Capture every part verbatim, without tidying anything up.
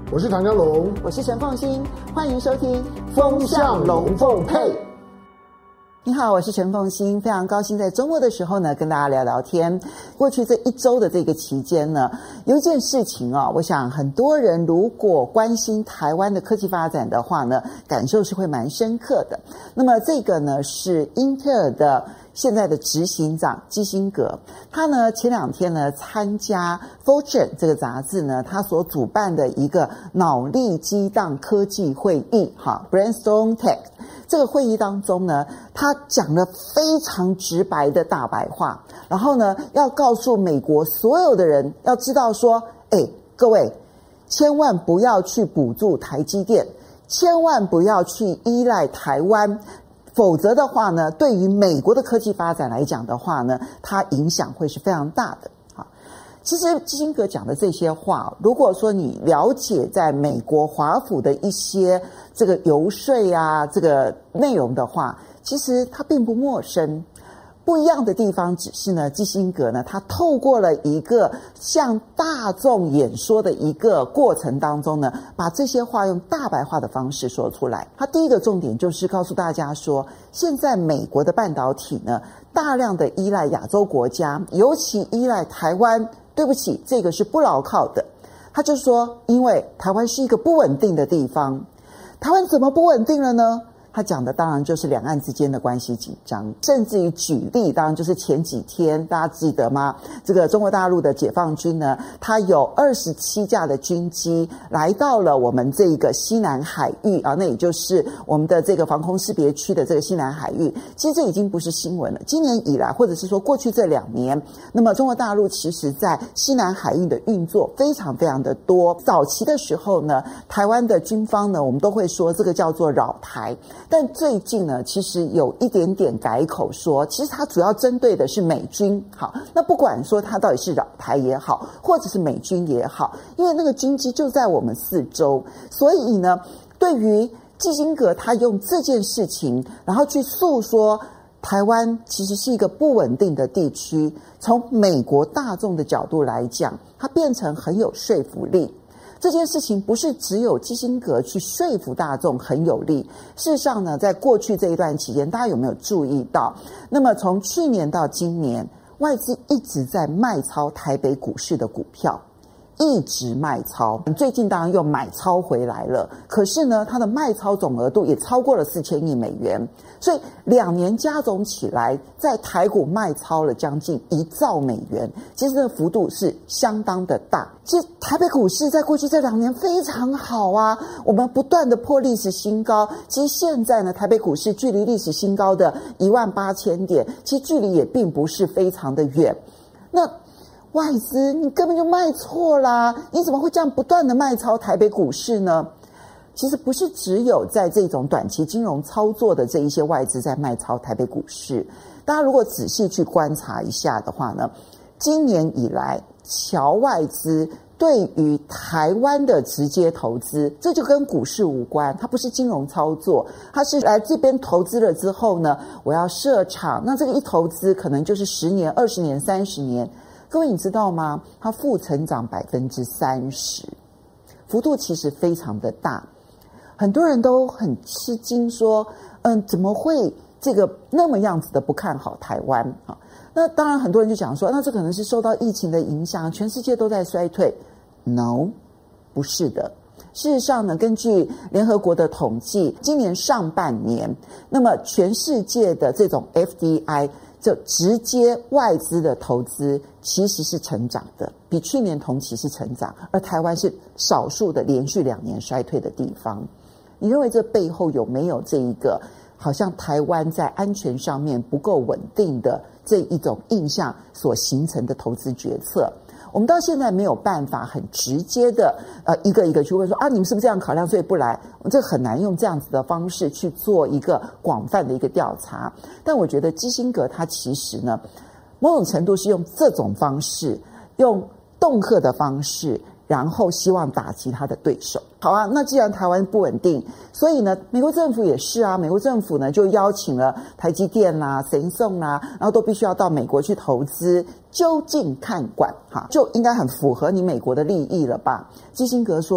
我是唐湘龙， 我是陈凤馨，欢迎收听风向龙凤配。 你好，我是陈凤馨，非常高兴在周末的时候呢，跟大家聊聊天。过去这一周的这个期间呢，有一件事情啊，我想很多人如果关心台湾的科技发展的话呢，感受是会蛮深刻的。那么这个呢，是英特尔的现在的执行长基辛格，他呢前两天呢参加 Fortune 这个杂志呢，他所主办的一个脑力激荡科技会议，哈 ，Brainstorm Tech。这个会议当中呢，他讲了非常直白的大白话，然后呢，要告诉美国所有的人，要知道说，哎，各位，千万不要去补助台积电，千万不要去依赖台湾。否则的话呢，对于美国的科技发展来讲的话呢，它影响会是非常大的。其实基辛格讲的这些话，如果说你了解在美国华府的一些这个游说啊，这个内容的话，其实它并不陌生。不一样的地方只是呢，基辛格呢，他透过了一个向大众演说的一个过程当中呢，把这些话用大白话的方式说出来。他第一个重点就是告诉大家说，现在美国的半导体呢，大量的依赖亚洲国家，尤其依赖台湾。对不起，这个是不牢靠的。他就说，因为台湾是一个不稳定的地方，台湾怎么不稳定了呢？他讲的当然就是两岸之间的关系紧张，甚至于举例，当然就是前几天大家记得吗？这个中国大陆的解放军呢，它有二十七架的军机来到了我们这个西南海域啊，那也就是我们的这个防空识别区的这个西南海域。其实这已经不是新闻了，今年以来，或者是说过去这两年，那么中国大陆其实在西南海域的运作非常非常的多。早期的时候呢，台湾的军方呢，我们都会说这个叫做扰台。但最近呢，其实有一点点改口说，其实它主要针对的是美军。好，那不管说它到底是扰台也好，或者是美军也好，因为那个军机就在我们四周，所以呢，对于基辛格他用这件事情，然后去诉说台湾其实是一个不稳定的地区，从美国大众的角度来讲，它变成很有说服力。这件事情不是只有基辛格去说服大众很有利，事实上呢，在过去这一段期间，大家有没有注意到？那么从去年到今年，外资一直在卖超台北股市的股票，一直卖超。最近当然又买超回来了，可是呢，它的卖超总额度也超过了四千亿美元，所以两年加总起来，在台股卖超了将近一兆美元，其实这个幅度是相当的大。其实台北股市在过去这两年非常好啊，我们不断的破历史新高。其实现在呢，台北股市距离历史新高的一万八千点，其实距离也并不是非常的远。那外资你根本就卖错啦，你怎么会这样不断的卖超台北股市呢？其实不是只有在这种短期金融操作的这一些外资在卖超台北股市，大家如果仔细去观察一下的话呢，今年以来侨外资对于台湾的直接投资，这就跟股市无关，它不是金融操作，它是来这边投资了之后呢，我要设厂，那这个一投资可能就是十年、二十年、三十年。各位你知道吗？它负成长百分之三十，幅度其实非常的大。很多人都很吃惊，说，嗯，怎么会这个那么样子的不看好台湾啊？那当然，很多人就讲说，那这可能是受到疫情的影响，全世界都在衰退。No， 不是的。事实上呢，根据联合国的统计，今年上半年，那么全世界的这种 F D I 就直接外资的投资其实是成长的，比去年同期是成长，而台湾是少数的连续两年衰退的地方。你认为这背后有没有这一个好像台湾在安全上面不够稳定的这一种印象所形成的投资决策？我们到现在没有办法很直接的呃一个一个去问说啊，你们是不是这样考量所以不来？这很难用这样子的方式去做一个广泛的一个调查。但我觉得基辛格他其实呢，某种程度是用这种方式，用恫吓的方式，然后希望打击他的对手。好啊，那既然台湾不稳定，所以呢，美国政府也是啊，美国政府呢就邀请了台积电啦、神送啦，然后都必须要到美国去投资，究竟看管哈，就应该很符合你美国的利益了吧？基辛格说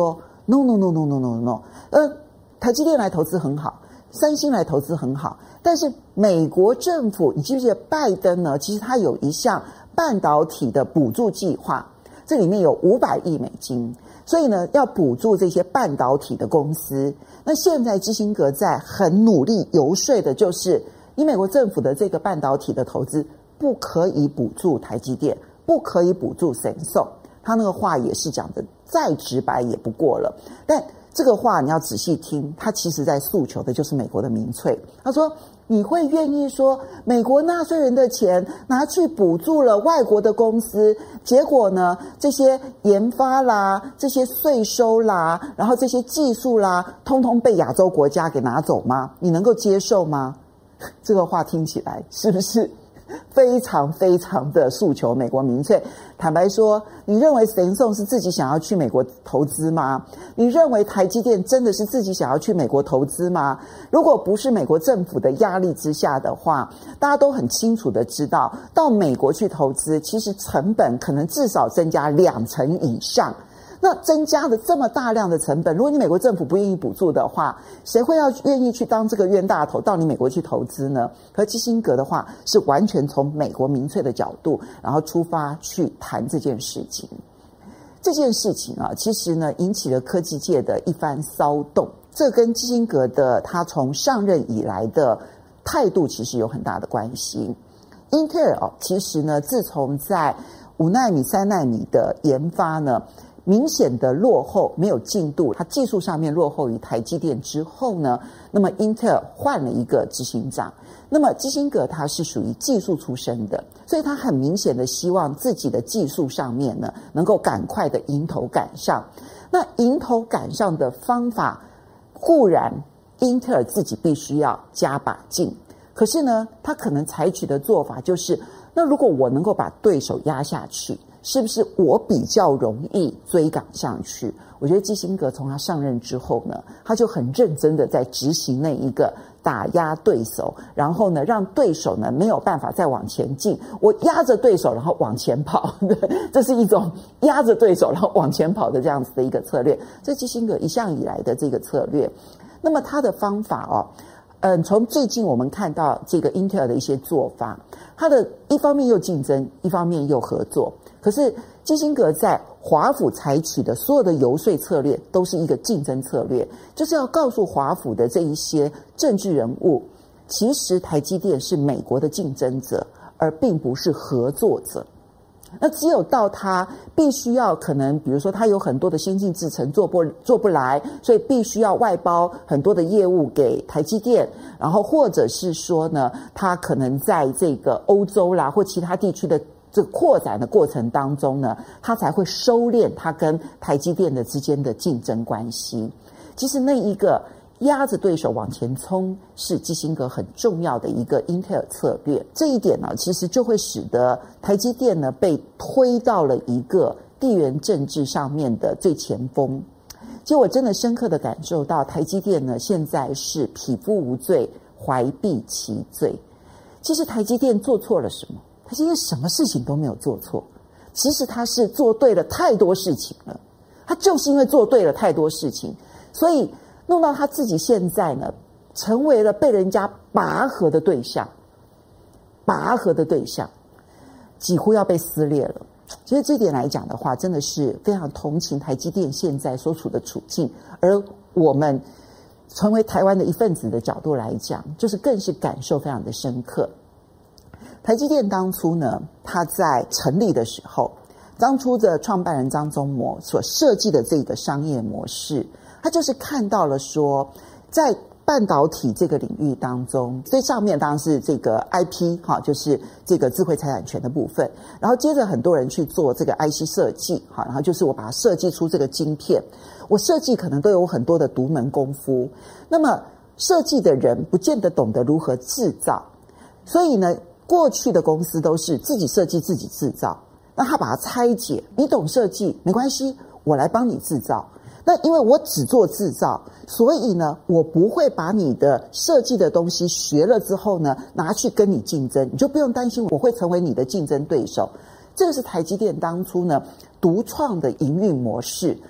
No No No No No No No， 呃，台积电来投资很好，三星来投资很好，但是美国政府，你记不记得拜登呢？其实他有一项半导体的补助计划，这里面有五百亿美金，所以呢，要补助这些半导体的公司。那现在基辛格在很努力游说的就是，你美国政府的这个半导体的投资不可以补助台积电，不可以补助神送。他那个话也是讲的再直白也不过了，但这个话你要仔细听，他其实在诉求的就是美国的民粹。他说，你会愿意说美国纳税人的钱拿去补助了外国的公司，结果呢，这些研发啦，这些税收啦，然后这些技术啦，通通被亚洲国家给拿走吗？你能够接受吗？这个话听起来是不是非常非常的诉求美国民粹？坦白说，你认为神送是自己想要去美国投资吗？你认为台积电真的是自己想要去美国投资吗？如果不是美国政府的压力之下的话，大家都很清楚的知道，到美国去投资，其实成本可能至少增加两成以上。那增加了这么大量的成本，如果你美国政府不愿意补助的话，谁会要愿意去当这个冤大头到你美国去投资呢？可基辛格的话是完全从美国民粹的角度，然后出发去谈这件事情。这件事情啊，其实呢引起了科技界的一番骚动，这跟基辛格的他从上任以来的态度其实有很大的关系。英特尔哦，其实呢自从在五奈米、三奈米的研发呢明显的落后，没有进度，它技术上面落后于台积电之后呢，那么英特尔换了一个执行长。那么基辛格他是属于技术出身的，所以他很明显的希望自己的技术上面呢能够赶快的迎头赶上。那迎头赶上的方法，固然英特尔自己必须要加把劲，可是呢他可能采取的做法就是，那如果我能够把对手压下去，是不是我比较容易追赶上去？我觉得基辛格从他上任之后呢，他就很认真的在执行那一个打压对手，然后呢让对手呢没有办法再往前进，我压着对手然后往前跑，这是一种压着对手然后往前跑的这样子的一个策略，这基辛格一向以来的这个策略。那么他的方法哦，嗯，从最近我们看到这个英特尔的一些做法，他的一方面又竞争，一方面又合作。可是基辛格在华府采取的所有的游说策略都是一个竞争策略，就是要告诉华府的这一些政治人物，其实台积电是美国的竞争者，而并不是合作者。那只有到他必须要可能比如说他有很多的先进制程做不做不来，所以必须要外包很多的业务给台积电，然后或者是说呢他可能在这个欧洲啦或其他地区的这个扩展的过程当中呢，他才会收敛他跟台积电的之间的竞争关系。其实那一个压着对手往前冲是基辛格很重要的一个英特尔策略，这一点呢，其实就会使得台积电呢被推到了一个地缘政治上面的最前锋。其实我真的深刻的感受到，台积电呢现在是匹夫无罪，怀璧其罪。其实台积电做错了什么？台积电什么事情都没有做错，其实他是做对了太多事情了。他就是因为做对了太多事情，所以弄到他自己现在呢，成为了被人家拔河的对象，拔河的对象，几乎要被撕裂了。其实这一点来讲的话，真的是非常同情台积电现在所处的处境，而我们成为台湾的一份子的角度来讲，就是更是感受非常的深刻。台积电当初呢，它在成立的时候，当初的创办人张忠谋所设计的这个商业模式，他就是看到了说，在半导体这个领域当中，最上面当然是这个 I P 哈，就是这个智慧财产权的部分，然后接着很多人去做这个 I C 设计哈，然后就是我把它设计出这个晶片，我设计可能都有很多的独门功夫，那么设计的人不见得懂得如何制造，所以呢，过去的公司都是自己设计自己制造，那他把它拆解，你懂设计没关系，我来帮你制造。那因为我只做制造，所以呢，我不会把你的设计的东西学了之后呢，拿去跟你竞争，你就不用担心我会成为你的竞争对手。这个是台积电当初呢独创的营运模式。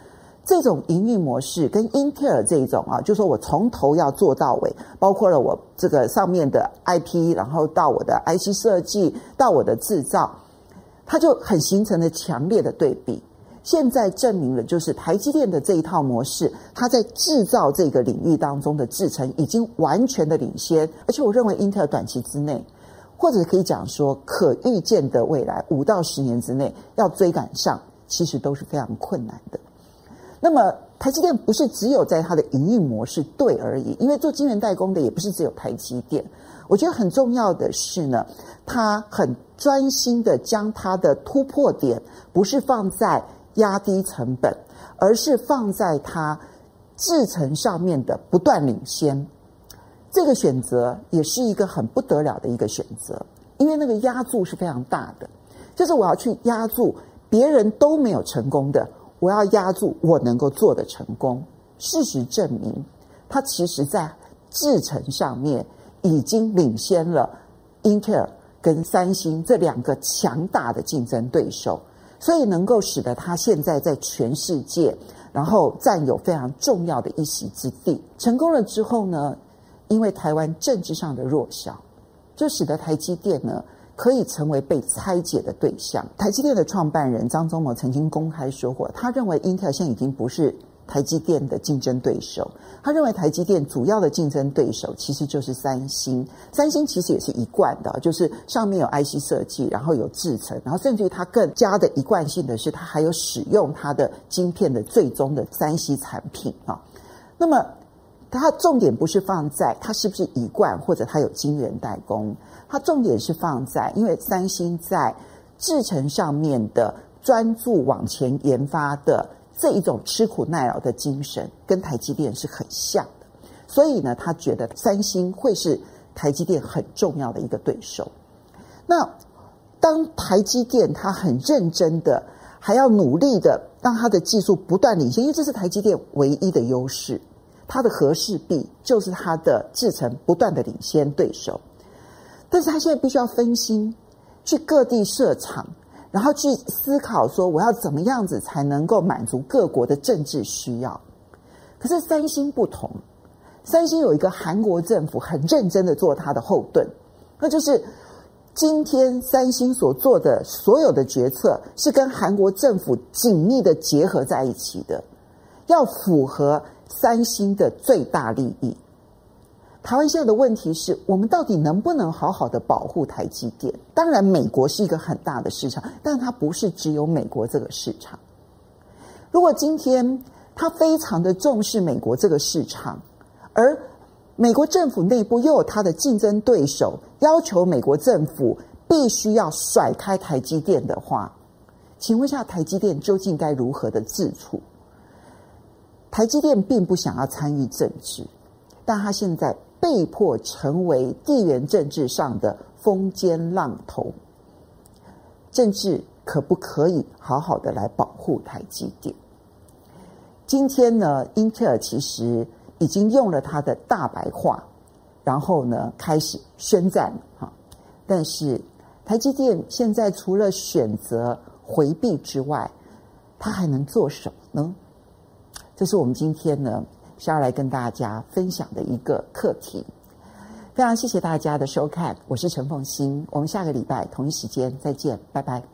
这种营运模式跟英特尔这种啊，就是说我从头要做到尾，包括了我这个上面的 I P， 然后到我的 I C 设计，到我的制造，它就很形成了强烈的对比。现在证明了，就是台积电的这一套模式，它在制造这个领域当中的制程已经完全的领先，而且我认为英特尔短期之内，或者可以讲说可预见的未来五到十年之内要追赶上，其实都是非常困难的。那么台积电不是只有在它的营运模式对而已，因为做晶圆代工的也不是只有台积电。我觉得很重要的是呢，它很专心的将它的突破点不是放在压低成本，而是放在它制程上面的不断领先。这个选择也是一个很不得了的一个选择，因为那个压注是非常大的，就是我要去压注别人都没有成功的，我要压住我能够做的成功。事实证明，它其实在制程上面已经领先了英特尔跟三星这两个强大的竞争对手，所以能够使得它现在在全世界然后占有非常重要的一席之地。成功了之后呢，因为台湾政治上的弱小，就使得台积电呢可以成为被拆解的对象。台积电的创办人张忠谋曾经公开说过，他认为英特尔现在已经不是台积电的竞争对手，他认为台积电主要的竞争对手其实就是三星。三星其实也是一贯的，就是上面有 I C 设计，然后有制程，然后甚至于它更加的一贯性的是，它还有使用它的晶片的最终的三 C 产品啊。那么它重点不是放在它是不是一贯或者它有晶圆代工，它重点是放在，因为三星在制程上面的专注往前研发的这一种吃苦耐劳的精神跟台积电是很像的，所以呢，他觉得三星会是台积电很重要的一个对手。那当台积电它很认真的还要努力的让它的技术不断领先，因为这是台积电唯一的优势，它的和氏璧就是它的制程不断的领先对手。但是他现在必须要分心去各地设厂，然后去思考说我要怎么样子才能够满足各国的政治需要。可是三星不同，三星有一个韩国政府很认真的做它的后盾，那就是今天三星所做的所有的决策是跟韩国政府紧密的结合在一起的，要符合三星的最大利益。台湾现在的问题是，我们到底能不能好好的保护台积电？当然美国是一个很大的市场，但它不是只有美国这个市场。如果今天他非常的重视美国这个市场，而美国政府内部又有他的竞争对手要求美国政府必须要甩开台积电的话，请问一下台积电究竟该如何的自处？台积电并不想要参与政治，但他现在被迫成为地缘政治上的风尖浪头。政治可不可以好好的来保护台积电？今天呢，英特尔其实已经用了它的大白话，然后呢开始宣战哈。但是台积电现在除了选择回避之外，它还能做什么呢？这是我们今天呢是要来跟大家分享的一个课题。非常谢谢大家的收看，我是陈凤馨，我们下个礼拜同一时间再见，拜拜。